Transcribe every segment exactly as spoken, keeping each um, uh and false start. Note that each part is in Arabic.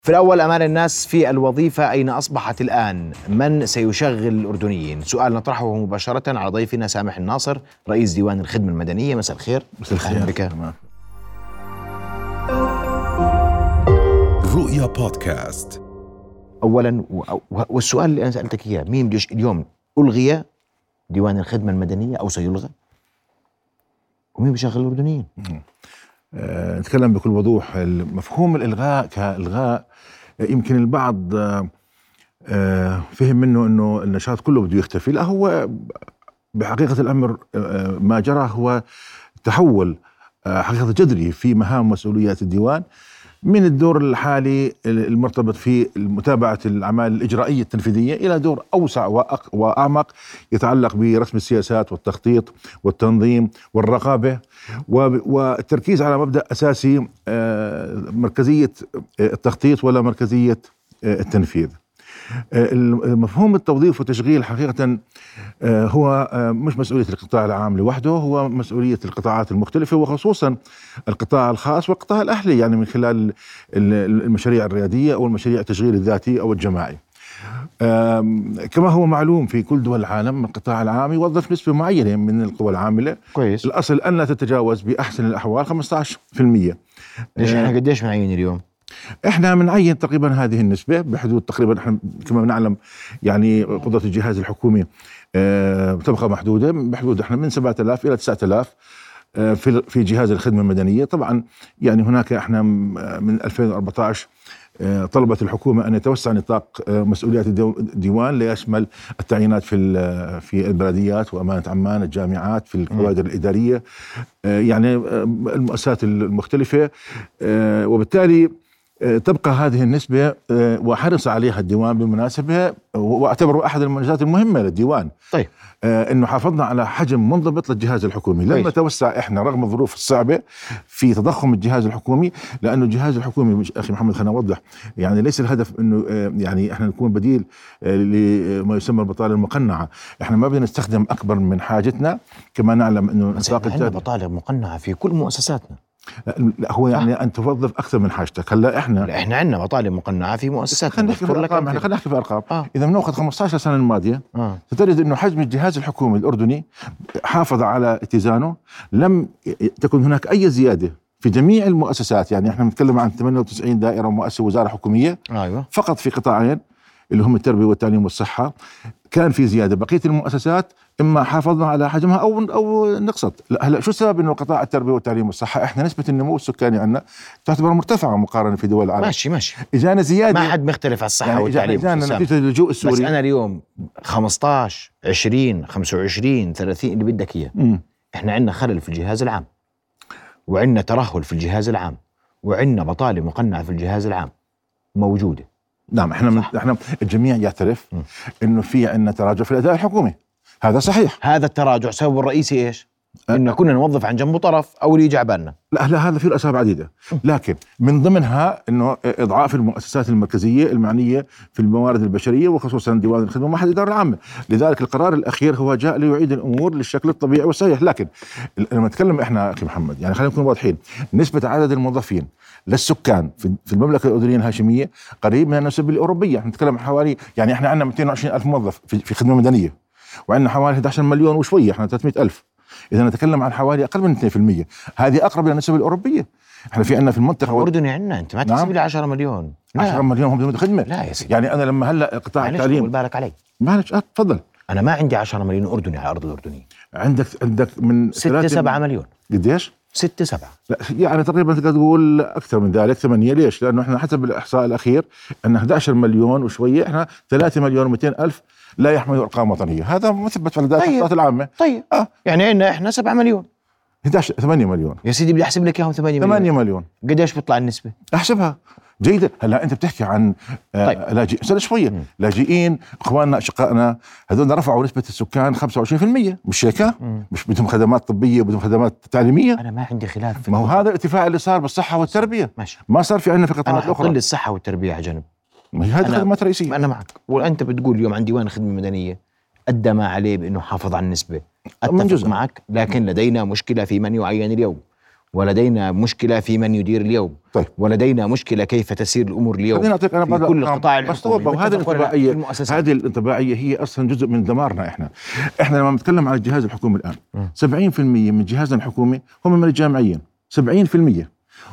في الأول أمان الناس في الوظيفة أين أصبحت الآن؟ من سيشغل الأردنيين؟ سؤال نطرحه مباشرة على ضيفنا سامح الناصر رئيس ديوان الخدمة المدنية. مساء الخير. مساء الخير بك. رؤيا بودكاست. أولا والسؤال اللي أنا سألتك إياه، مين بديش اليوم ألغي ديوان الخدمة المدنية أو سيلغى؟ ومين بيشغل الأردنيين؟ أه نتكلم بكل وضوح. مفهوم الإلغاء كإلغاء يمكن البعض أه فهم منه أنه النشاط كله بده يختفي. لا، هو بحقيقة الأمر أه ما جرى هو تحول أه حقيقة جذري في مهام ومسؤوليات الديوان من الدور الحالي المرتبط في متابعة الأعمال الإجرائية التنفيذية إلى دور أوسع وأعمق يتعلق برسم السياسات والتخطيط والتنظيم والرقابة والتركيز على مبدأ أساسي مركزية التخطيط ولا مركزية التنفيذ. المفهوم التوظيف والتشغيل حقيقة هو مش مسؤولية القطاع العام لوحده، هو مسؤولية القطاعات المختلفة وخصوصا القطاع الخاص والقطاع الأهلي، يعني من خلال المشاريع الريادية أو المشاريع التشغيل الذاتي أو الجماعي. كما هو معلوم في كل دول العالم القطاع العام يوظف نسبة معينة من القوى العاملة. كويس. الأصل أن لا تتجاوز بأحسن الأحوال خمسة عشر بالمئة. ليش احنا قديش معين اليوم؟ احنا بنعين تقريبا هذه النسبة بحدود تقريبا، احنا كما بنعلم يعني قدرة الجهاز الحكومي اه تبقى محدودة بحدود احنا من سبعة آلاف إلى تسعة آلاف اه في في جهاز الخدمة المدنية. طبعا يعني هناك احنا من ألفين وأربعة عشر اه طلبت الحكومة أن يتوسع نطاق اه مسؤوليات الديوان ليشمل التعيينات في في البلديات وأمانة عمان، الجامعات، في الكوادر الإدارية، اه يعني اه المؤسسات المختلفة، اه وبالتالي تبقى هذه النسبة وحرص عليها الديوان بالمناسبة، واعتبره أحد المنجزات المهمة للديوان. طيب. إنه حافظنا على حجم منضبط للجهاز الحكومي. لما توسع إحنا رغم الظروف الصعبة في تضخم الجهاز الحكومي، لأنه الجهاز الحكومي مش أخي محمد خلينا نوضح، يعني ليس الهدف إنه يعني إحنا نكون بديل لما يسمى البطالة المقنعة. إحنا ما بدنا نستخدم أكبر من حاجتنا، كما نعلم إنه نطاق عندنا بطالة مقنعة في كل مؤسساتنا. لا، هو يعني أن توظف أكثر من حاجتك. هلا إحنا لا إحنا عندنا بطالة مقنعة في مؤسسات. خلينا نحكي في الأرقام. إحنا خلينا نحكي في الأرقام. آه. إذا بنأخذ خمسة عشر سنة الماضية آه. ستجد إنه حجم الجهاز الحكومي الأردني حافظ على اتزانه، لم تكن هناك أي زيادة في جميع المؤسسات. يعني إحنا بنتكلم عن ثمانية وتسعين دائرة ومؤسسة وزارة حكومية. أيوة. فقط في قطاعين اللي هم التربية والتعليم والصحة كان في زيادة. بقية المؤسسات إما حافظنا على حجمها أو أو نقصت. هلا شو السبب؟ إنه قطاع التربية والتعليم والصحة إحنا نسبة النمو السكاني عندنا تعتبر مرتفعة مقارنة في دول العالم. ماشي ماشي. إجانا زيادة، ما حد مختلف على الصحة يعني والتعليم. إجانا نتيجة اللجوء السوري. بس أنا اليوم خمسة عشر عشرين خمسة وعشرين ثلاثين اللي بدك إياه. إحنا عندنا خلل في الجهاز العام، وعندنا ترهل في الجهاز العام، وعندنا بطالة مقنعة في الجهاز العام موجودة. نعم، احنا من احنا الجميع يعترف م. انه في عندنا تراجع في الاداء الحكومي. هذا صحيح. هذا التراجع سببه الرئيسي ايش؟ أه انه كنا نوظف عن جنبه طرف او اللي يجي عبالنا. لا لا، هذا في اسباب عديده، لكن من ضمنها انه اضعاف المؤسسات المركزيه المعنيه في الموارد البشريه وخصوصا ديوان الخدمه ومعهد الاداره العامه. لذلك القرار الاخير هو جاء ليعيد الامور للشكل الطبيعي والصحيح. لكن لما نتكلم احنا اخي محمد، يعني خلينا نكون واضحين، نسبه عدد الموظفين للسكان في المملكة الأردنية الهاشمية قريب من النسبة الأوروبية. احنا نتكلم حوالي يعني احنا عندنا مئتين وعشرين ألف موظف في خدمة مدنية، وعندنا حوالي أحد عشر مليون وشوية، احنا ثلاثمئة ألف. إذا نتكلم عن حوالي أقل من اثنين بالمئة، هذه أقرب إلى النسبة الأوروبية. احنا في عندنا في المنطقة الأردني عندنا أنت ما تحسب لي عشرة مليون. عشرة مليون هم بدون خدمة. لا يا سيدي، يعني أنا لما هلا قطاع التعليم بالك علي معلش اه تفضل. أنا ما عندي عشرة مليون أردني على أرض الأردنية. عندك عندك من ستة سبعة مليون. قديش؟ ستة سبعة. لا يعني تقريبا تقدر تقول أكثر من ذلك، ثمانية. ليش؟ لأنه إحنا حسب الإحصاء الأخير أن أحد عشر مليون وشوية، إحنا ثلاثة مليون ومئتين ألف لا يحملوا أرقام وطنية. هذا مثبت في الإدارات طيب. العامة. طيب آه. يعني عندنا إحنا سبعة مليون. أحد عشر ثمانية مليون يا سيدي بدي أحسب لك إياهم ثمانية مليون. ثمانية مليون قديش بيطلع النسبة؟ أحسبها جيدة. هلا أنت بتحكي عن طيب. آه لاجئين. استنى شوية. م. لاجئين إخواننا أشقائنا هذول رفعوا نسبة السكان خمسة وعشرين بالمئة. مش هيك؟ مش بدهم خدمات طبية بدهم خدمات تعليمية. أنا ما عندي خلاف في ما هو هذا الارتفاع اللي صار بالصحة والتربية. ماشي. ما صار في عندنا في قطاعات أخرى. أخرى. أنا الصحة والتربية على جنب. ما هي هذه خدمات رئيسية. أنا معك. وأنت بتقول اليوم عن ديوان الخدمة المدنية أدى ما عليه بأنه حافظ على النسبة. أتفق معك، لكن لدينا مشكلة في من يعين اليوم، ولدينا مشكلة في من يدير اليوم. طيب. ولدينا مشكلة كيف تسير الأمور اليوم أنا في أنا كل القطاع الحكومي. هذه الانطباعية هذه الانطباعية هي أصلا جزء من دمارنا. إحنا إحنا لما نتكلم عن الجهاز الحكومي الآن م. سبعين بالمئة من جهازنا الحكومي هم من الجامعيين، سبعين بالمئة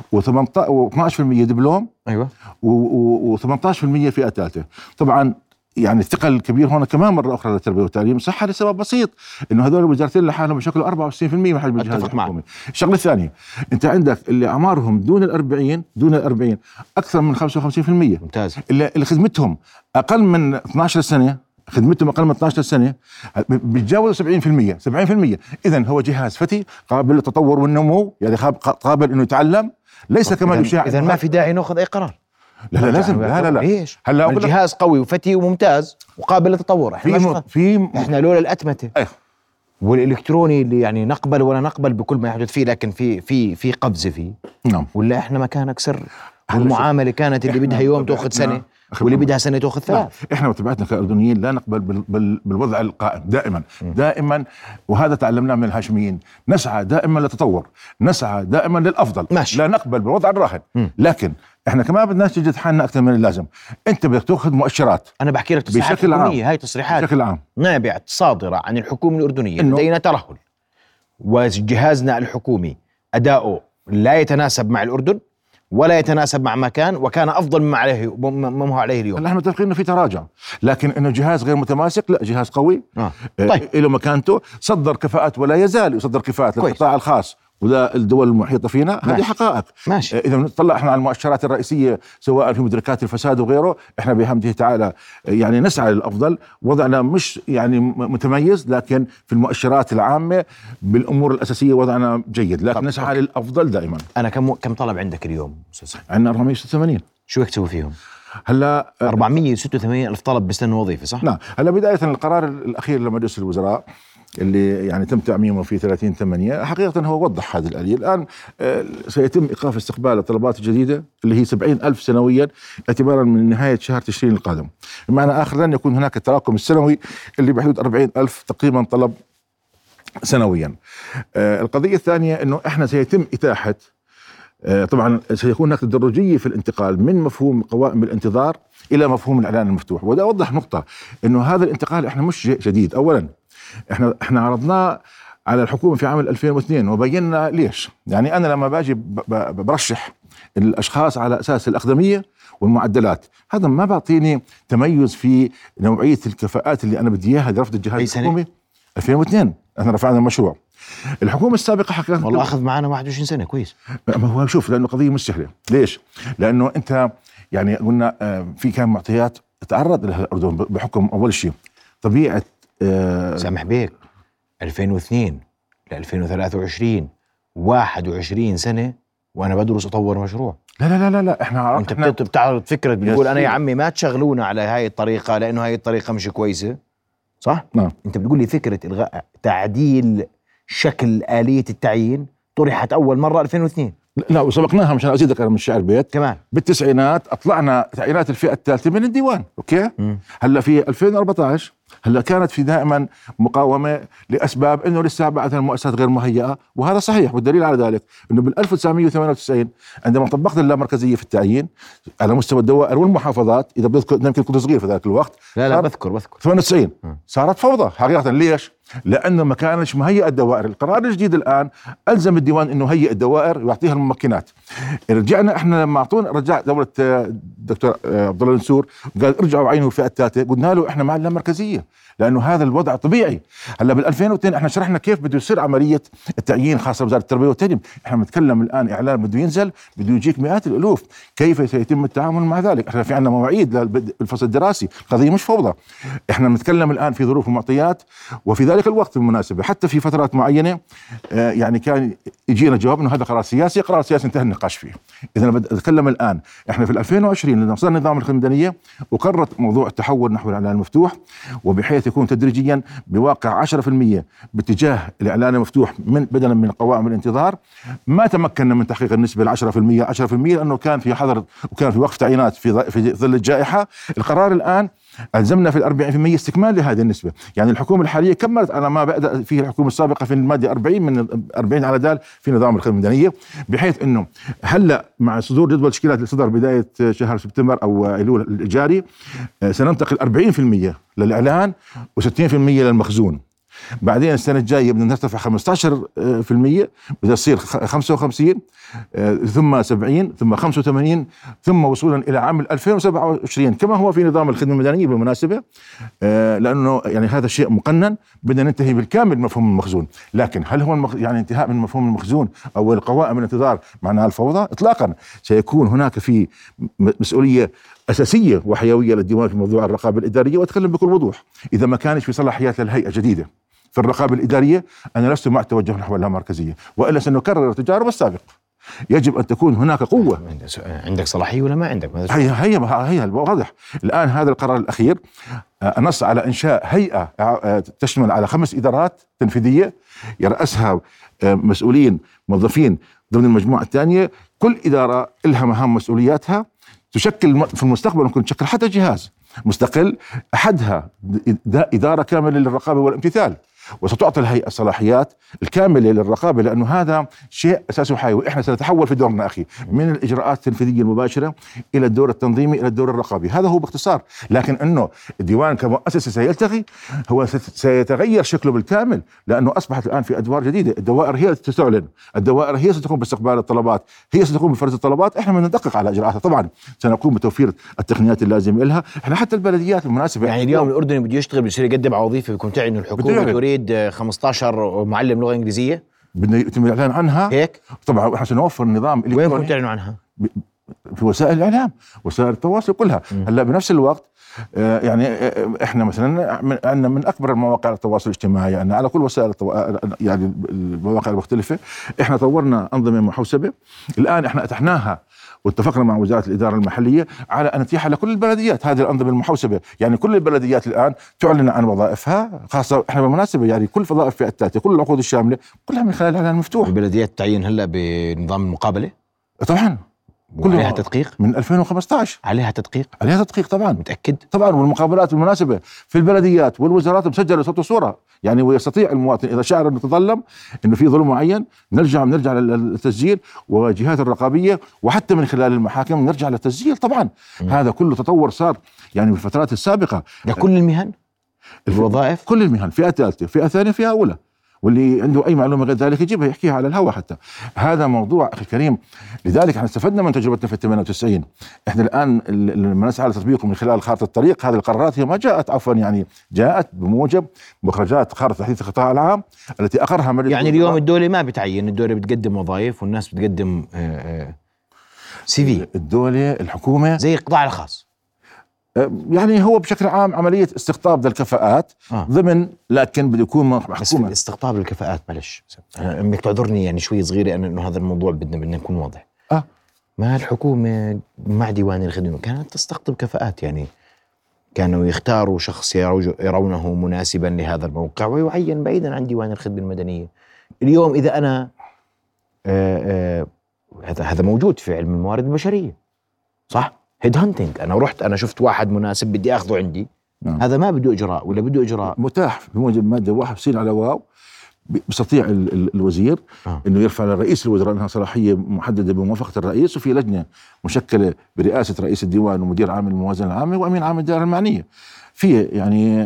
واثناشر بالمئة دبلوم، أيوة، وثمانية عشر بالمئة فئة ثالثة. طبعا يعني الثقل الكبير هنا كمان مرة أخرى للتربية والتعليم صح لسبب بسيط، إنه هذول الوزارتين لحالهم بشكل أربعة وستين بالمئة من حجم الجهاز الحكومي. الشغلة الثانية، أنت عندك اللي أعمارهم دون الأربعين دون الأربعين أكثر من خمسة وخمسين بالمئة. ممتاز. اللي, اللي خدمتهم أقل من اثناشر سنة، خدمتهم أقل من اثناشر سنة بيتجاوزوا سبعين بالمئة سبعين بالمئة. إذن هو جهاز فتي قابل للتطور والنمو، يعني قابل إنه يتعلم، ليس كمان يشاع. إذن ما في داعي نأخذ أي قرار. لا لا لازم لا لا لا ليش؟ هلا الجهاز قوي وفتي وممتاز وقابل للتطور. احنا في في احنا لولا الأتمتة أيه. والإلكتروني اللي يعني نقبل ولا نقبل بكل ما يحدث فيه، لكن في في في قفزة فيه. نعم. ولا احنا مكانك سر، والمعاملة كانت اللي بدها يوم تأخذ سنة واللي بدها سنة تأخذ ثلاث. احنا بطبيعتنا كأردنيين لا نقبل بال بال بالوضع القائم دائما م. دائما، وهذا تعلمناه من الهاشميين. نسعى دائما للتطور، نسعى دائما للأفضل. ماشي. لا نقبل بالوضع الراهن. م. لكن احنا كمان بدناش تجد حالنا اكثر من اللازم. انت بدك تاخذ مؤشرات. انا بحكي لك تصريحات بشكل عام، هاي تصريحات بشكل عام نابعة صادرة عن الحكومة الأردنية. لدينا ترهل وجهازنا الحكومي أداؤه لا يتناسب مع الأردن ولا يتناسب مع مكان، وكان أفضل مما عليه مما هو عليه اليوم. نحن متفقين إنه في تراجع، لكن إنه جهاز غير متماسك لا، جهاز قوي. آه. طيب. له مكانته، صدر كفاءات ولا يزال يصدر كفاءات للقطاع الخاص وده الدول المحيطة فينا. هذه حقائق. ماشي. إذا نطلع احنا على المؤشرات الرئيسية سواء في مدركات الفساد وغيره، احنا بحمده تعالى يعني نسعى للأفضل. وضعنا مش يعني متميز، لكن في المؤشرات العامة بالأمور الأساسية وضعنا جيد، لكن نسعى أوكي. للأفضل دائما. أنا كم كم طلب عندك اليوم أستاذ؟ عندنا أربعمئة وستة وثمانين. شو بدك تسوي فيهم؟ هلا أربعمئة وستة وثمانين ألف طلب بيستنوا وظيفة صح؟ نعم. هلا بداية القرار الأخير لمجلس الوزراء اللي يعني تم تعميمه في ثلاثين ثمانية حقيقة هو وضح هذه الآلية. الآن سيتم إيقاف استقبال الطلبات الجديدة اللي هي سبعين ألف سنويا اعتبارا من نهاية شهر تشرين القادم. بمعنى آخر لن يكون هناك التراكم السنوي اللي بحدود أربعين ألف تقريبا طلب سنويا. القضية الثانية أنه إحنا سيتم إتاحة، طبعا سيكون هناك تدرجية في الانتقال من مفهوم قوائم الانتظار إلى مفهوم الإعلان المفتوح. وده أوضح نقطة أنه هذا الانتقال إحنا مش شيء جديد. أولا احنا احنا عرضناه على الحكومه في عام ألفين واثنين وبينا ليش. يعني انا لما باجي برشح الاشخاص على اساس الاقدميه والمعدلات، هذا ما بعطيني تميز في نوعيه الكفاءات اللي انا بدي اياها لرفض الجهاز الحكومي. ألفين واثنين احنا رفعنا المشروع. الحكومه السابقه حقيقه والله اخذ معنا واحد وعشرين سنه كويس. ما هو شوف، لانه قضيه مش سهله. ليش؟ لانه انت يعني قلنا في كان معطيات تعرض لها الاردن بحكم اول شيء طبيعه أه سامح بيك ألفين واثنين ل ألفين وثلاثة وعشرين واحد وعشرين سنة وانا بدرس اطور مشروع. لا لا لا لا احنا انت احنا بتعرض فكرة بتقول انا يا عمي ما تشغلونا على هاي الطريقة لانه هاي الطريقة مش كويسة صح؟ نعم. انت بتقول لي فكرة الغاء تعديل شكل آلية التعيين طرحت اول مرة ألفين واثنين. لا وسبقناها مشان ازيدك انا من الشعر بيت كمان بالتسعينات اطلعنا تعيينات الفئة الثالثة من الديوان. اوكي. م. هلا في ألفين وأربعة عشر هلا كانت في دائما مقاومه لاسباب انه لسه بعد المؤسسات غير مهيئه، وهذا صحيح. والدليل على ذلك انه بال ألف وتسعمئة وثمانية وتسعين عندما طبقنا اللامركزيه في التعيين على مستوى الدوائر والمحافظات، اذا بذكر يمكن كنت صغير في ذاك الوقت. لا لا بذكر بذكر ثمانية وتسعين صارت فوضى حقيقه. ليش؟ لانه ما كانش مهيئه الدوائر. القرار الجديد الان الزم الديوان انه هيئ الدوائر ويعطيها الممكنات. رجعنا احنا لما اعطونا رجع دوله الدكتور عبد الله النسور قال ارجعوا عينوا الفئه الثالثه، قلنا له احنا مع اللامركزيه لانه هذا الوضع طبيعي. هلا بال ألفين واثنين احنا شرحنا كيف بده يصير عمليه التعيين خاصه وزاره التربيه والتعليم. احنا بنتكلم الان اعلان بده ينزل بده يجيك مئات الالوف، كيف سيتم التعامل مع ذلك؟ احنا في عندنا مواعيد للفصل الدراسي، قضيه مش فوضى. احنا بنتكلم الان في ظروف ومعطيات، وفي ذلك الوقت بالمناسبه حتى في فترات معينه آه يعني كان يجينا جواب انه هذا قرار سياسي، قرار سياسي انتهى النقاش فيه. اذا انا بتكلم الان احنا في ألفين وعشرين لما صار نظام الخدمه المدنيه وقررت موضوع التحول نحو الاعلان المفتوح، وبحيث يكون تدريجيا بواقع عشرة بالمئة باتجاه الاعلان المفتوح من بدلا من قوائم الانتظار. ما تمكنا من تحقيق النسبه ل عشرة بالمئة عشرة بالمئة لانه كان في حظر وكان في وقف تعيينات في في ظل الجائحه. القرار الان ألزمنا في الأربعين في المية استكمال لهذه النسبة. يعني الحكومة الحالية كملت على ما بدأ فيه الحكومة السابقة في المادة أربعين من أربعين على دال في نظام الخدمة المدنية، بحيث أنه هلأ مع صدور جدول التشكيلات اللي صدر بداية شهر سبتمبر أو أيلول الجاري سننتقل أربعين في المية للإعلان وستين في المية للمخزون. بعدين السنة الجاية بدنا نرتفع خمسة عشر في المية، بدها تصير خمسة وخمسين، ثم سبعين، ثم خمسة وثمانين، ثم وصولا إلى عام ألفين وسبعة وعشرين كما هو في نظام الخدمة المدنية بالمناسبة، لأنه يعني هذا شيء مقنن. بدنا ننتهي بالكامل مفهوم المخزون. لكن هل هو المخ... يعني انتهاء من مفهوم المخزون أو القوائم الانتظار معناها الفوضى؟ إطلاقا. سيكون هناك في مسؤولية أساسية وحيوية للديوان في موضوع الرقابة الإدارية، وأتكلم بكل وضوح. إذا ما كانش في صلاحيات للهيئة جديدة في الرقابة الإدارية، أنا لست مع التوجه نحو اللامركزية، وإلا سنكرر التجارب السابقة. يجب أن تكون هناك قوة. عندك صلاحية ولا ما عندك؟ هي هي هي واضح. الآن هذا القرار الأخير نص على إنشاء هيئة تشمل على خمس إدارات تنفيذية يرأسها مسؤولين موظفين ضمن المجموعة الثانية، كل إدارة لها مهام مسؤولياتها، تشكل في المستقبل ممكن تشكل حتى جهاز مستقل أحدها إدارة كاملة للرقابة والامتثال، وستعطي الهيئة الصلاحيات الكاملة للرقابة، لأنه هذا شيء أساسي وحيوي. إحنا سنتحول في دورنا أخي من الإجراءات التنفيذية المباشرة إلى الدور التنظيمي إلى الدور الرقابي. هذا هو باختصار. لكن أنه الديوان كمؤسسة سيلتغي، هو سيتغير شكله بالكامل، لأنه أصبحت الآن في أدوار جديدة. الدوائر هي ستعلن، الدوائر هي ستقوم باستقبال الطلبات، هي ستقوم بفرز الطلبات. إحنا بندقق على إجراءاتها. طبعا سنقوم بتوفير التقنيات اللازمة لها. إحنا حتى البلديات المناسبة، يعني اليوم الأردني بده يشتغل بده يقدم على وظيفة، بيكون تعي إنه الحكومة تريد خمسة عشر معلم لغة إنجليزية، بدنا يتم الإعلان عنها هيك. طبعا احنا سنوفر النظام اللي وين كنت تعلنوا عنها؟ في وسائل الإعلام، وسائل التواصل كلها. هلا بنفس الوقت آه يعني آه احنا مثلا عندنا من اكبر المواقع التواصل الاجتماعي، يعني على كل وسائل التو... يعني المواقع المختلفة احنا طورنا أنظمة محوسبة. الآن احنا اتحناها واتفقنا مع وزارة الإدارة المحلية على أن نتيحها لكل البلديات هذه الأنظمة المحوسبة. يعني كل البلديات الآن تعلن عن وظائفها، خاصة إحنا بالمناسبة يعني كل وظائف فئة التالتة، كل العقود الشاملة كلها من خلال الإعلان المفتوح. البلديات تعين هلا بنظام المقابلة طبعا، عليها تدقيق من ألفين وخمسة عشر. عليها تدقيق عليها تدقيق طبعا، متأكد طبعا. والمقابلات بالمناسبة في البلديات والوزارات مسجلة صوت وصورة، يعني ويستطيع المواطن إذا شعر أنه تظلم أنه في ظلم معين نرجع نرجع للتسجيل، وجهات الرقابية وحتى من خلال المحاكم نرجع للتسجيل. طبعا م. هذا كله تطور صار يعني في الفترات السابقة. لكل المهن الوظائف، كل المهن، فئة ثالثة، فئة ثانية، فئة أولى، واللي عنده أي معلومة غير ذلك يجيبها يحكيها على الهواء. حتى هذا موضوع أخي الكريم. لذلك احنا استفدنا من تجربتنا في ثمانية وتسعين. احنا الآن لما نسعى على تطبيقه من خلال خارطة الطريق، هذه القرارات هي ما جاءت عفوا يعني جاءت بموجب مخرجات خارطة تحديث القطاع العام التي أقرها مجلس. يعني اليوم الدولة ما بتعين، الدولة بتقدم وظائف والناس بتقدم سي في. الدولة الحكومة زي القطاع الخاص، يعني هو بشكل عام عملية استقطاب للكفاءات آه. ضمن، لكن بده يكون محكومة. استقطاب الكفاءات، معلش انك تعذرني يعني شوي صغيرة، انه هذا الموضوع بدنا بدنا نكون واضح. آه. ما الحكومة مع ديوان الخدمة كانت تستقطب كفاءات، يعني كانوا يختاروا شخص يرونه مناسبا لهذا الموقع ويعين بعيدا عن ديوان الخدمة المدنية. اليوم إذا أنا آآ آآ هذا هذا موجود في علم الموارد البشرية، صح؟ هيد هانتنج. أنا رحت أنا شفت واحد مناسب بدي أخذه عندي. نعم. هذا ما بده إجراء ولا بده إجراء، متاح بموجب مادة واحد وستين على واو. بيستطيع الوزير آه. انه يرفع لرئيس الوزراء انها صلاحيه محدده بموافقه الرئيس، وفي لجنه مشكله برئاسه رئيس الديوان ومدير عام الموازنه العامه وامين عام الدائره المعنيه. في يعني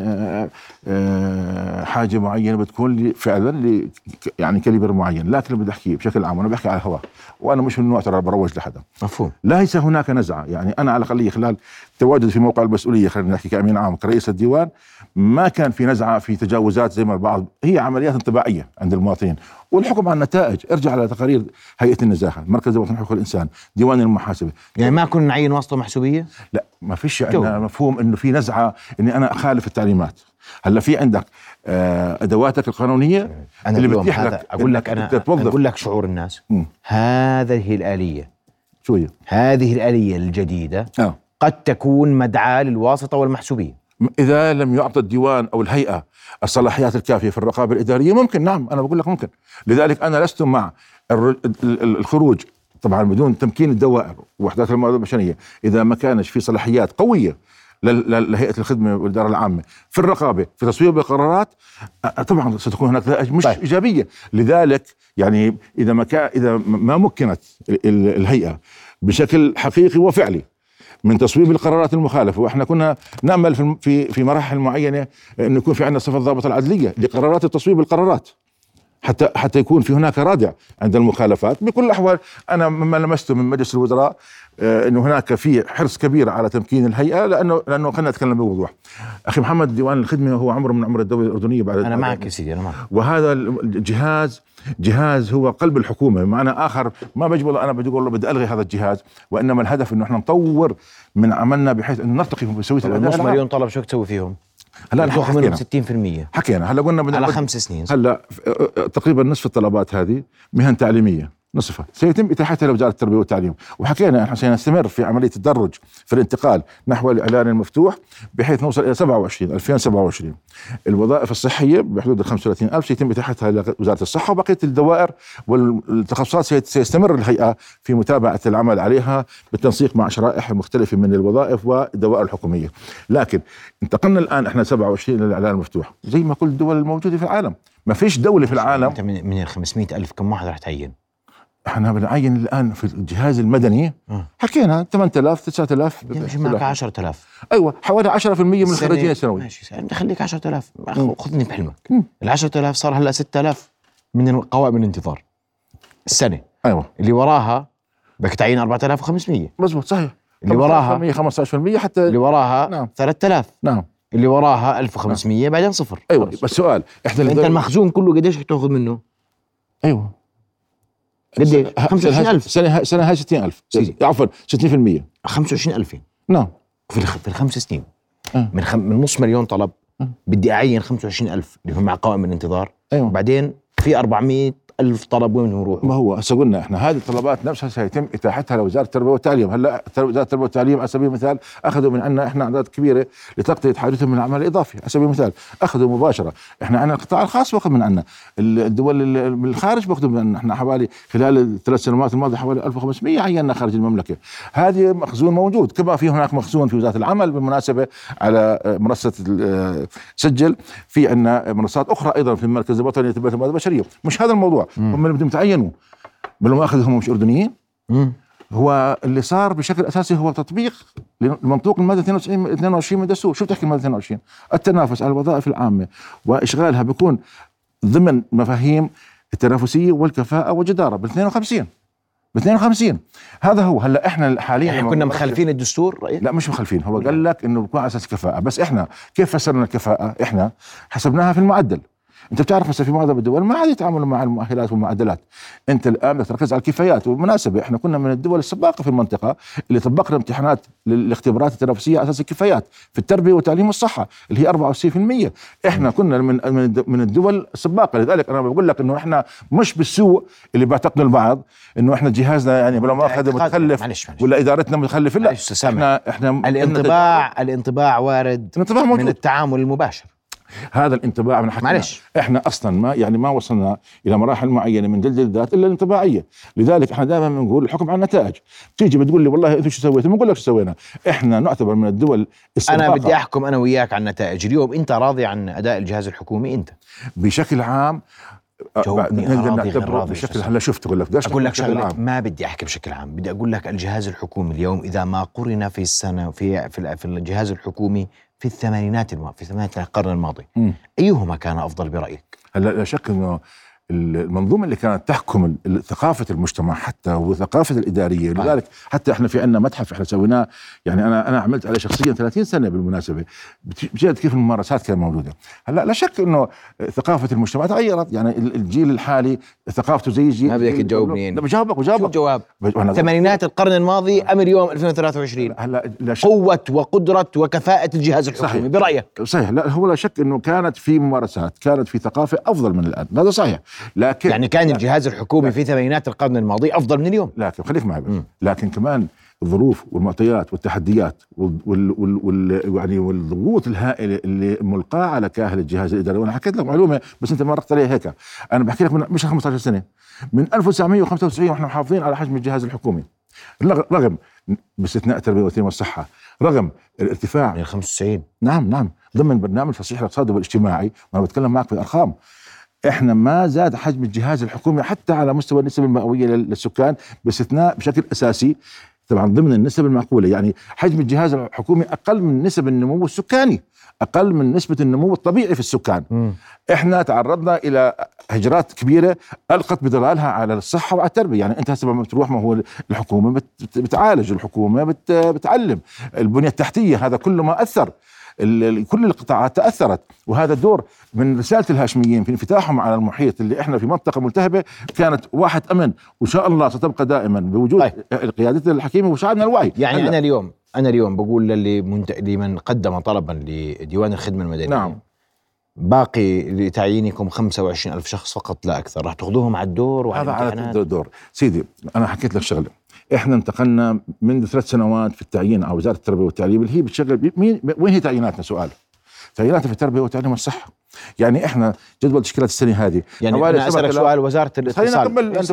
حاجه معينه بتكون فعلا يعني كاليبر معين، لكن بدي احكي بشكل عام وانا بحكي على الهواء، وانا مش من النوع ترى بروج لحدا. مفهوم. ليس هناك نزعه، يعني انا على الاقل خلال تواجد في موقع المسؤوليه، خلينا نحكي كامين عام كرئيس الديوان، ما كان في نزعه في تجاوزات زي ما البعض. هي عمليات انطباعيه عند المواطنين، والحكم على النتائج. ارجع على تقارير هيئه النزاهه، مركز الوطني لحقوق الانسان، ديوان المحاسبه. يعني ما كنا نعين واسطه محسوبيه؟ لا، ما فيش عندنا مفهوم انه في نزعه اني انا اخالف التعليمات. هلا في عندك ادواتك القانونيه أنا اللي بتتيح لك. اقول لك انا اقول لك شعور الناس. م. هذه الاليه شو هي؟ هذه الاليه الجديده آه. قد تكون مدعاه للواسطه والمحسوبيه اذا لم يعطى الديوان او الهيئه الصلاحيات الكافيه في الرقابه الاداريه. ممكن، نعم، انا بقول لك ممكن. لذلك انا لست مع الخروج طبعا بدون تمكين الدوائر ووحدات الموارد البشريه اذا ما كانش في صلاحيات قويه لهيئه الخدمه والاداره العامه في الرقابه في تصويب القرارات، طبعا ستكون هناك نتائج مش طيب. ايجابيه. لذلك يعني اذا ما كان اذا ما مكنت الهيئه بشكل حقيقي وفعلي من تصويب القرارات المخالفه، واحنا كنا نامل في في في مراحل معينه انه يكون في عندنا صفه الضابط العدليه لقرارات تصويب القرارات، حتى حتى يكون في هناك رادع عند المخالفات. بكل الاحوال انا مما لمسته من مجلس الوزراء انه هناك في حرص كبير على تمكين الهيئه، لانه لانه خلينا نتكلم بوضوح. اخي محمد، ديوان الخدمه هو عمره من عمر الدوله الاردنيه بعد انا معك يا سيدي، انا معك. وهذا الجهاز جهاز هو قلب الحكومه، بمعنى اخر ما بجي والله انا بدي اقول له بدي الغي هذا الجهاز، وانما الهدف انه احنا نطور من عملنا بحيث انه نرتقي بسويه الاداء. نص مليون طلب شو تسوي فيهم؟ هلا تاخذ منهم ستين بالمية. حكينا هلا قلنا بدنا على خمس سنين. هلا تقريبا نصف الطلبات هذه مهن تعليميه، نصفها سيتم اتاحتها لوزاره التربيه والتعليم، وحكينا احنا سنستمر في عمليه التدرج في الانتقال نحو الاعلان المفتوح بحيث نوصل الى سبعة وعشرين ألفين وسبعة وعشرين. الوظائف الصحيه بحدود ال خمسة وثلاثين ألف سيتم اتاحتها لوزاره الصحه، وبقيه الدوائر والتخصصات سيستمر الهيئه في متابعه العمل عليها بالتنسيق مع شرائح مختلفه من الوظائف والدوائر الحكوميه. لكن انتقلنا الان احنا سبعة وعشرين الى الاعلان المفتوح زي ما كل الدول الموجوده في العالم. ما فيش دوله في العالم. انت من ال خمسمئة ألف كم واحد رح تعين؟ احنا بنعين الان في الجهاز المدني أه. حكينا ثمانية آلاف تسعة آلاف يمشي معك عشرة آلاف. ايوه حوالي عشرة بالمئة من الخريجين السنوي. ماشي بدي اخليك عشرة آلاف، خذني بحلمك. ال عشرة آلاف صار هلا ستة آلاف من قوائم الانتظار السنه. ايوه اللي وراها بدك تعين أربعة آلاف وخمسمئة. مزبوط صحيح. اللي وراها خمسة عشر بالمئة حتى اللي وراها نعم. ثلاثة آلاف. نعم. اللي وراها ألف وخمسمئة نعم. بعدين صفر. ايوه خلص. بس سؤال احنا انت المخزون كله قديش تاخذ منه؟ ايوه قديش؟ خمسة وعشرين ألف. سنة سنة هاي ستين ألف عفوا ستين بالمئة. خمسة وعشرين ألف نعم في الخ... في الخمس سنين أه. من خم... من نص مليون طلب أه. بدي أعين خمسة وعشرين ألف اللي هم مع قوائم الانتظار. أيوة. بعدين في أربعمئة ألف طلب وين يروحوا؟ ما هو هسه قلنا احنا هذه الطلبات نفسها سيتم اتاحتها لوزاره التربيه والتعليم. هلا وزاره التربيه والتعليم على سبيل المثال اخذوا من عندنا احنا اعداد كبيره لتغطيه حاجتهم من العمل الاضافي. على سبيل المثال اخذوا مباشره، احنا عندنا القطاع الخاص باخذ من عندنا، الدول من الخارج باخذوا من عندنا. احنا حوالي خلال الثلاث سنوات الماضيه حوالي ألف وخمسمئة عيننا خارج المملكه. هذه مخزون موجود. كما في هناك مخزون في وزاره العمل بالمناسبه على منصه سجل، في عندنا منصات اخرى ايضا في المركز الوطني للتنميه البشريه. مش هذا الموضوع، هم اللي بدهم يتعينوا بالمؤاخذة هم مش أردنيين. مم. هو اللي صار بشكل أساسي هو تطبيق لمنطوق المادة اثنين وعشرين من الدستور. شو بتحكي المادة اثنين وعشرين؟ التنافس على الوظائف العامة وإشغالها بيكون ضمن مفاهيم التنافسية والكفاءة والجدارة بال اثنين وخمسين ب اثنين وخمسين. هذا هو. هلا احنا حاليا يعني كنا مخالفين الدستور رأيك؟ لا مش مخالفين، هو قال لك انه بيكون على اساس كفاءة. بس احنا كيف فسرنا الكفاءة؟ احنا حسبناها في المعدل. انت بتعرف هسه في معظم الدول ما عاد يتعاملوا مع المؤهلات والمعدلات، انت الان بدك تركز على الكفايات. وبالمناسبه احنا كنا من الدول السباقه في المنطقه اللي طبقنا امتحانات للاختبارات التنافسيه على اساس الكفايات في التربيه والتعليم والصحه اللي هي أربعة وتسعين بالمئة. احنا كنا من من الدول السباقه. لذلك انا بقول لك انه احنا مش بالسوء اللي بيعتقدوا البعض انه احنا جهازنا يعني بلا مؤاخذه متخلف معلش معلش. ولا ادارتنا متخلفه. لا احنا احنا الانطباع الانطباع وارد الانطباع من التعامل المباشر. هذا الانطباع من حكينا احنا اصلا ما يعني ما وصلنا الى مراحل معينه من جلد الذات الا الانطباعيه. لذلك احنا دائما بنقول الحكم على النتائج. تيجي بتقول لي والله انتوا شو سويتوا؟ بنقول لك شو سوينا. احنا نعتبر من الدول السباقه. انا بدي احكم انا وياك عن النتائج. اليوم انت راضي عن اداء الجهاز الحكومي؟ انت بشكل عام جاوبني راضي غير راضي بشكل هلا شفت اقول لك اقول لك شغله ما بدي احكي بشكل عام. بدي اقول لك الجهاز الحكومي اليوم اذا ما قرن في السنه في في, في الجهاز الحكومي في الثمانينات الم... في ثمانينات القرن الماضي م. أيهما كان أفضل برأيك؟ هلا لا شك إنه المنظومة اللي كانت تحكم ثقافة المجتمع حتى وثقافة الإدارية. آه. لذلك حتى احنا في عندنا متحف احنا سويناه، يعني أنا أنا عملت عليه شخصيا ثلاثين سنة بالمناسبة، بجد كيف الممارسات كانت موجودة. هلا لا شك إنه ثقافة المجتمع تغيرت، يعني الجيل الحالي ثقافته زي الجيل. ما بدك تجاوبني يعني. لا بجاوبك بجاوبك الجواب ثمانينات القرن الماضي أم اليوم ألفين وثلاثة وعشرين؟ هلا لا شك قوة وقدرة وكفاءة الجهاز الحكومي. صحيح. برأيك؟ صحيح. لا هو لا شك إنه كانت في ممارسات، كانت في ثقافة أفضل من الآن، هذا صحيح. لكن يعني كان الجهاز الحكومي في ثمانينات القرن الماضي أفضل من اليوم. لكن خليك معي بس. لكن كمان الظروف والمعطيات والتحديات وال وال وال يعني والضغوط الهائله اللي ملقاه على كاهل الجهاز الاداري. وانا حكيت لك معلومه بس انت مرقت عليها هيك. انا بحكي لك من مش خمسة عشر سنه، من ألف وتسعمئة وخمسة وتسعين واحنا محافظين على حجم الجهاز الحكومي، رغم باستثناء التربيه والتعليم والصحه، رغم الارتفاع من خمسة وتسعين. نعم نعم ضمن برنامج تصحيح الاقتصادي والاجتماعي، وانا بتكلم معك في الارقام، احنا ما زاد حجم الجهاز الحكومي حتى على مستوى النسب المئويه للسكان باستثناء بشكل اساسي طبعا ضمن النسب المعقوله. يعني حجم الجهاز الحكومي اقل من نسب النمو السكاني، اقل من نسبه النمو الطبيعي في السكان. م. احنا تعرضنا الى هجرات كبيره القت بظلالها على الصحه وعلى التربيه. يعني انت هسه لما بتروح، ما هو الحكومه بتعالج، الحكومه بت بتعلم، البنيه التحتيه هذا كله ما اثر، كل القطاعات تأثرت. وهذا الدور من رسالة الهاشميين في انفتاحهم على المحيط اللي احنا في منطقة ملتهبة كانت واحد أمن، وإن شاء الله ستبقى دائما بوجود طيب. قيادتنا الحكيمة وشعبنا الوعي. يعني هلأ. أنا اليوم أنا اليوم بقول للي منت... لمن قدم طلبا لديوان الخدمة المدنية، نعم، باقي لتعيينكم خمسة وعشرين ألف شخص فقط لا أكثر، راح تاخذوهم على الدور وعلى هذا على الدور. سيدي أنا حكيت لك شغلة، احنا انتقلنا منذ ثلاث سنوات في التعيين على وزاره التربيه والتعليم اللي هي بتشغل مين، وين هي تعييناتنا؟ سؤال تعييناتنا في التربيه والتعليم والصحه. يعني احنا جدول تشكيلات السنه هذه يعني انا اسالك سؤال وزاره الاتصال،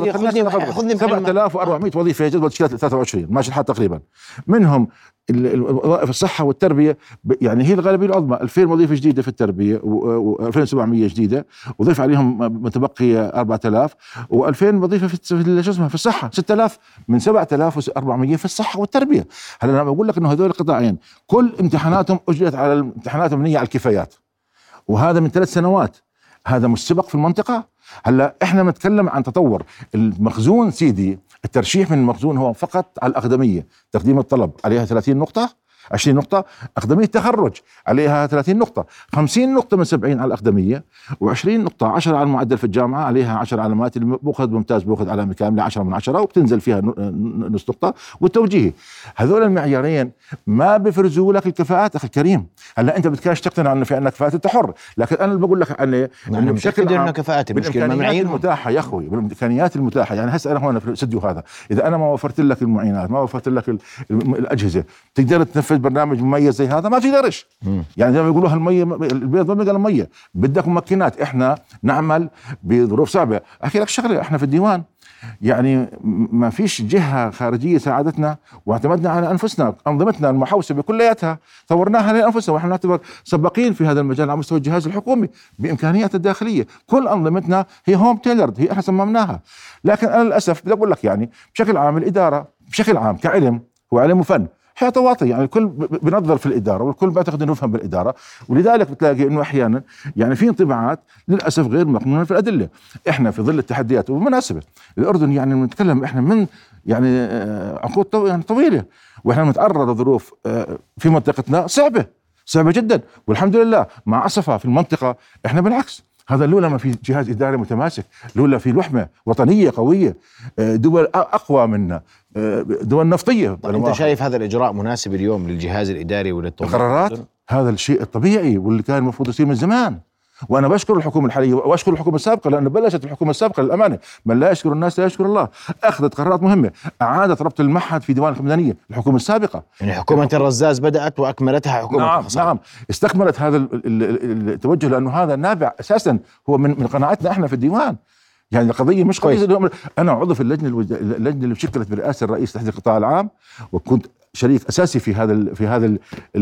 خذني سبعة آلاف وأربعمائة وظيفه جدول تشكيلات ثلاثة وعشرين ماشي الحال تقريبا، منهم الوظائف الصحه والتربيه يعني هي الغالبيه العظمى، ألفين وظيفه جديده في التربيه و2700 جديده، وضيف عليهم متبقي أربعة آلاف، و2000 وظيفه في شو اسمها في الصحه، ستة آلاف من سبعة آلاف وأربعمائة في الصحه والتربيه. هلا انا بقول لك انه هذول القطاعين كل امتحاناتهم اجرت على الامتحانات المبنيه على الكفايات، وهذا من ثلاث سنوات، هذا مش سبق في المنطقه. هلا احنا بنتكلم عن تطور المخزون سيدي، الترشيح من المخزون هو فقط على الأقدمية، تقديم الطلب عليها ثلاثين نقطة، عشرين نقطة، أقدمية تخرج عليها ثلاثين نقطة، خمسين نقطة من سبعين على الأقدمية، وعشرين نقطة، عشرة على المعدل في الجامعة عليها عشر علامات، اللي بأخذ ممتاز بأخذ علامة كاملة عشرة من عشرة، وبتنزل فيها نص نقطة، والتوجيهي. هذول المعيارين ما بيفرزوا لك الكفاءات أخي الكريم. هلا أنت بدكاش تقتنع أنه في عندك كفاءات، أنت حر، لكن أنا اللي بقول لك عنه إنه بشكل عام كفاءات بالإمكانيات المتاحة يا أخوي، بالإمكانيات المتاحة. يعني هسه أنا هون في الاستديو هذا، إذا أنا ما وفرت لك المعينات، ما وفرت لك الأجهزة، تقدر تنفذ برنامج مميز زي هذا؟ ما في درش. يعني زي ما يقولوا هالمية البيض ما قال المية، بدك ممكنات. احنا نعمل بظروف صعبة. احكي لك شغلة، احنا في الديوان يعني ما فيش جهة خارجية ساعدتنا، واعتمدنا على انفسنا، انظمتنا المحوسبة كلياتها طورناها لانفسنا، ونحن نعتبر سباقين في هذا المجال على مستوى الجهاز الحكومي بامكانيات الداخلية. كل انظمتنا هي هوم تيلرد، هي احنا صممناها. لكن انا للاسف بدي اقول لك يعني بشكل عام الادارة بشكل عام كعلم هو علم وفن، هي طواطي، يعني الكل بنظر في الإدارة والكل بيعتقد انه يفهم بالإدارة، ولذلك بتلاقي انه احيانا يعني في انطباعات للاسف غير مقنونة في الأدلة. احنا في ظل التحديات، وبالمناسبة الأردن يعني بنتكلم احنا من يعني عقود طو يعني طويلة، واحنا بنتعرض لظروف في منطقتنا صعبة صعبة جدا، والحمد لله مع أسفها في المنطقة احنا بالعكس. هذا لولا ما في جهاز إداري متماسك، لولا في لحمة وطنية قوية، دول أقوى منا، دول نفطية. أنت شايف هذا الإجراء مناسب اليوم للجهاز الإداري وللتنظيم؟ القرارات هذا الشيء الطبيعي واللي كان المفروض يصير من زمان. وأنا بشكر الحكومة الحالية وأشكر الحكومة السابقة، لأنه بلشت الحكومة السابقة للأمانة، من لا يشكر الناس لا يشكر الله، أخذت قرارات مهمة، أعادت ربط المعهد في ديوان المدنية. الحكومة السابقة يعني حكومة الرزاز بدأت وأكملتها حكومة نعم الخصام. نعم استكملت هذا التوجه، لأنه هذا نابع أساسا هو من من قناعتنا إحنا في الديوان. يعني القضية مش قضية. أنا عضو في اللجنة الوج... اللجنة اللي شكلت برئاسة الرئيس تحت القطاع العام، وكنت شريك أساسي في هذا ال... في هذا ال...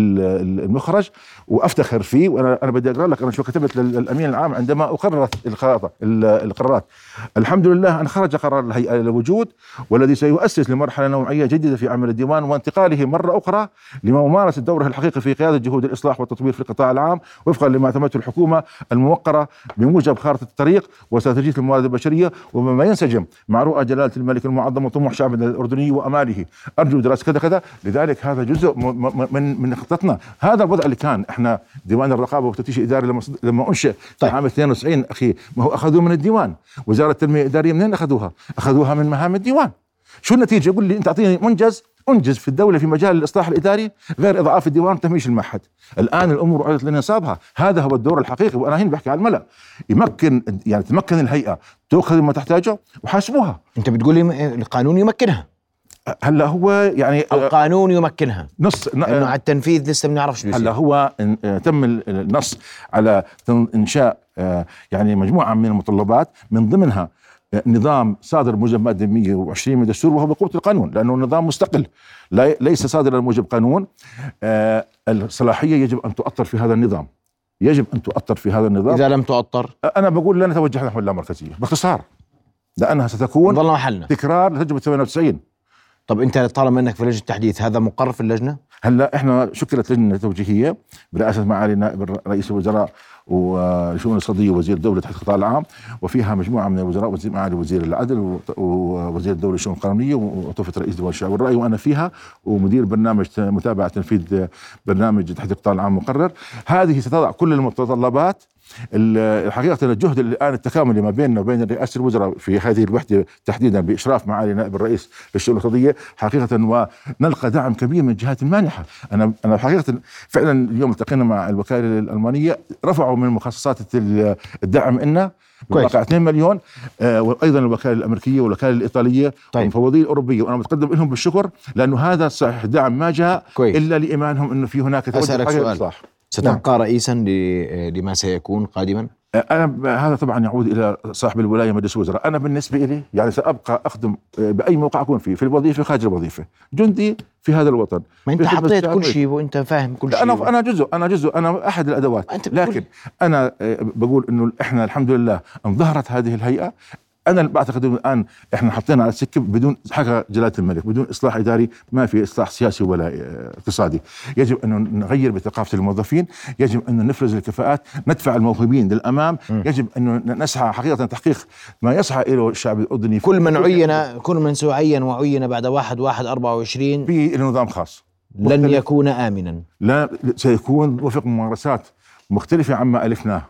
المخرج، وأفتخر فيه. وأنا أنا بدي أقرأ لك أنا شو كتبت للأمين العام عندما أقررت القرارات القرارات الحمد لله أن خرج قرار الهيئة للوجود، والذي سيؤسس لمرحلة نوعية جديدة في عمل الديوان، وانتقاله مرة أخرى لممارسة دوره الحقيقي في قيادة جهود الإصلاح والتطوير في القطاع العام، وفقا لما اعتمدته الحكومة الموقرة بموجب خارطة الطريق واستراتيجية الموارد البشرية، وبما ينسجم مع رؤى جلالة الملك المعظم وطموح شعبنا الأردني وأماله. أرجو دراسة كذا كذا. لذلك هذا جزء من من خطتنا. هذا الوضع اللي كان احنا ديوان الرقابة والتفتيش الإداري لما لما أنشئ في عام اثنين وتسعين أخي، ما هو أخذوه من الديوان. وزارة التنمية الإدارية منين أخذوها؟ أخذوها من مهام الديوان. شو النتيجة؟ يقول لي أنت أعطيني منجز أنجز في الدولة في مجال الإصلاح الإداري غير إضعاف الديوان وتهميش المعهد. الآن الأمور عادت لنصابها. هذا هو الدور الحقيقي، وأنا هنا بحكي على الملأ. يمكن يعني تمكن الهيئة تأخذ ما تحتاجه وحاسبوها. أنت بتقول لي القانون يمكنها؟ هلا هو يعني القانون يمكنها نص انه على التنفيذ لسه ما بنعرفش بيصير. هلا هو تم النص على انشاء يعني مجموعه من المتطلبات، من ضمنها نظام صادر موجب مادة مئة وعشرين من الدستور وهو بقوة القانون، لأنه نظام مستقل ليس صادرا موجب قانون. آه الصلاحية يجب أن تؤطر في هذا النظام، يجب أن تؤطر في هذا النظام. إذا لم تؤطر أنا بقول لا نتوجه نحو اللامركزية باختصار، لأنها ستكون ضل محلنا تكرار لتجربة ثمانية وتسعين. طب أنت طالما أنك في لجنة التحديث، هذا مقرر في اللجنة؟ هلا احنا شكلت لجنة توجيهية برئاسة معالي نائب رئيس الوزراء وشؤون الاقتصادية ووزير الدولة تحت القطاع العام، وفيها مجموعة من الوزراء، وزير معالي وزير العدل ووزير الدولة للشؤون القانونية وطفة رئيس دول الشعب والرأي وأنا فيها، ومدير برنامج متابعة تنفيذ برنامج تحت القطاع العام مقرر. هذه ستضع كل المتطلبات. الحقيقة الجهد الآن التكاملي ما بيننا وبين رئاسة الوزراء في هذه الوحدة تحديدا بإشراف معالي نائب الرئيس للشؤون الاقتصادية حقيقة، ونلقى دعم كبير من الجهات المانحة. أنا أنا حقيقة فعلا اليوم التقينا مع الوكالة الألمانية، رفعوا من مخصصات الدعم إلنا بواقع اثنين مليون، آه وايضا الوكاله الامريكيه والوكاله الايطاليه طيب. والمفوضيه الاوروبيه، وانا متقدم لهم بالشكر لانه هذا صحيح دعم ما جاء كويس. الا لايمانهم انه في هناك أسألك سؤال، ستبقى نعم. رئيسا لما سيكون قادما؟ أنا هذا طبعا يعود إلى صاحب الولاية مجلس الوزراء. أنا بالنسبة لي يعني سأبقى أخدم بأي موقع أكون فيه، في الوظيفة خارج الوظيفة، جندي في هذا الوطن. ما أنت حطيت كل شيء وأنت فاهم كل شيء. أنا أنا جزء أنا جزء أنا أحد الأدوات، لكن أنا بقول إنه إحنا الحمد لله أن ظهرت هذه الهيئة. أنا بعتقد الآن إحنا حطينا على السكة بدون حكى جلالة الملك، بدون إصلاح إداري ما في إصلاح سياسي ولا اقتصادي. يجب أن نغير بثقافة الموظفين، يجب أن نفرز الكفاءات، ندفع الموهوبين للأمام. م. يجب أن نسعى حقيقة تحقيق ما يسعى إلى الشعب الأردني. كل من عين كل من سيعين وعين بعد واحد واحد أربعة وعشرين في نظام خاص لن يكون آمنا، لا سيكون وفق ممارسات مختلفة عما ألفناه.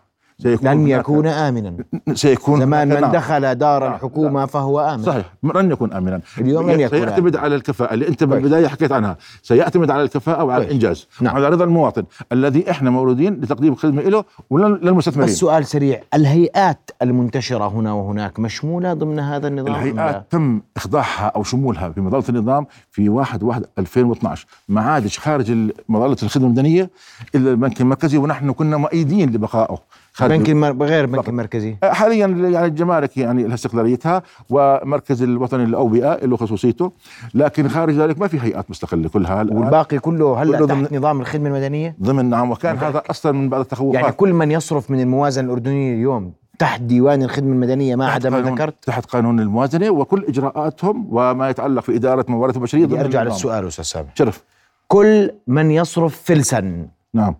لن يكون آمنا. سيكون زمان من دخل دار لا الحكومة لا فهو آمن. صحيح، لن يكون آمنا. اليوم لن يكون سيعتمد آمن. على الكفاءة اللي أنت بالبداية حكيت عنها، سيعتمد على الكفاءة وعلى طيب. الإنجاز نعم. وعلى رضا المواطن الذي إحنا مولودين لتقديم خدمة له وللمستثمرين. السؤال سريع، الهيئات المنتشرة هنا وهناك مشمولة ضمن هذا النظام؟ الهيئات تم إخضاعها أو شمولها في مظلة النظام في واحد واحد ألفين واثناشر، ما عادش خارج مظلة الخدمة المدنية إلا البنك المركزي، ونحن كنا مؤيدين لبقائه. بنك المر... غير بنك المركزي حاليا يعني الجمارك يعني لها استقلاليتها، ومركز الوطني للأوبئة له خصوصيته، لكن خارج ذلك ما في هيئات مستقلة كلها. والباقي كله هلا تحت نظام الخدمة المدنية ضمن نعم. وكان مدنك. هذا أصلا من بعض التخوفات، يعني كل من يصرف من الموازنة الأردنية اليوم تحت ديوان الخدمة المدنية ما عدا ما ذكرت، تحت قانون الموازنة وكل إجراءاتهم وما يتعلق في إدارة موارد البشرية. أرجع للسؤال أستاذ سامح، شرف. كل من يصرف فلسا نعم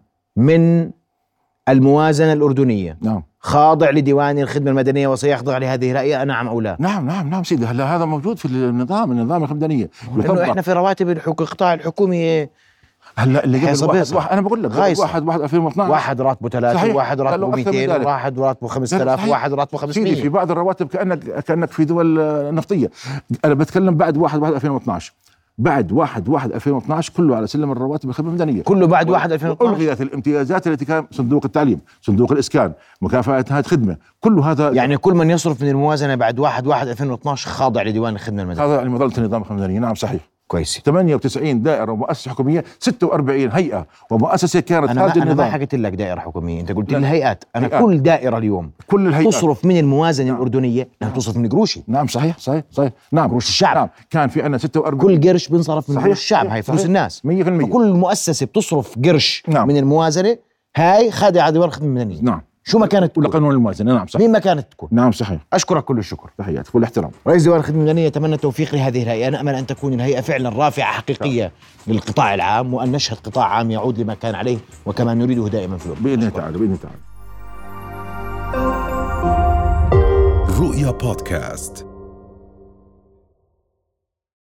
من الموازنة الأردنية نعم خاضع لديوان الخدمة المدنية وسيخضع لهذه الهيئة، نعم أو لا؟ نعم نعم نعم سيدي. هلا هذا موجود في النظام النظام الخدمة المدنية، لأنه إحنا في رواتب القطاع الحكومي هلا اللي قبل واحد, واحد أنا بقول لك واحد واحد ألفين واثناشر واحد راتبه ثلاثة، واحد راتبه مئتين، واحد راتبه خمسة آلاف، واحد راتبه خمسمية. في بعض الرواتب كأنك كأنك في دول نفطية. أنا بتكلم بعد واحد واحد ألفين واثناشر، بعد واحد واحد ألفين واثناشر كله على سلم الرواتب الخدمة المدنية، كله بعد واحد ألفين واثناشر. ألغيت الامتيازات التي كان صندوق التعليم، صندوق الإسكان، مكافأة نهاية خدمة، كل هذا. يعني كل من يصرف من الموازنة بعد واحد واحد ألفين واثناشر خاضع لديوان الخدمة المدنية، خاضع لمظلة النظام الخدمة المدنية. نعم صحيح. كويس. ثمانية وتسعين دائرة ومؤسسة حكومية، ستة وأربعين هيئة ومؤسسة كانت أنا هذا ما النظام. أنا ما حكيت لك دائرة حكومية، أنت قلت لي الهيئات. أنا هيئات. كل دائرة اليوم كل الهيئات تصرف من الموازنة نعم. الأردنية نعم. تصرف من قروشي. نعم صحيح صحيح صحيح. نعم قروش الشعب. نعم. كان في عنا ستة وأربعين، كل قرش بنصرف من قروش الشعب، هاي فلوس الناس مية بالمية. فكل مؤسسة بتصرف قرش نعم. من الموازنة هاي خاضعة لديوان الخدمة المدنية. نعم. شو ما كانت تكون، ولا قانون الموازنة. نعم صحيح. مين ما كانت تكون. نعم صحيح. أشكرك كل الشكر. تحياتي كل احترام. رئيس ديوان الخدمة المدنية، يتمنى التوفيق لهذه الهيئة. نأمل أن تكون الهيئة فعلا رافعة حقيقية للقطاع العام، وأن نشهد قطاع عام يعود لما كان عليه وكما نريده دائما في الوقت. بإذن الله تعالى. بإذن الله تعالى. رؤيا بودكاست.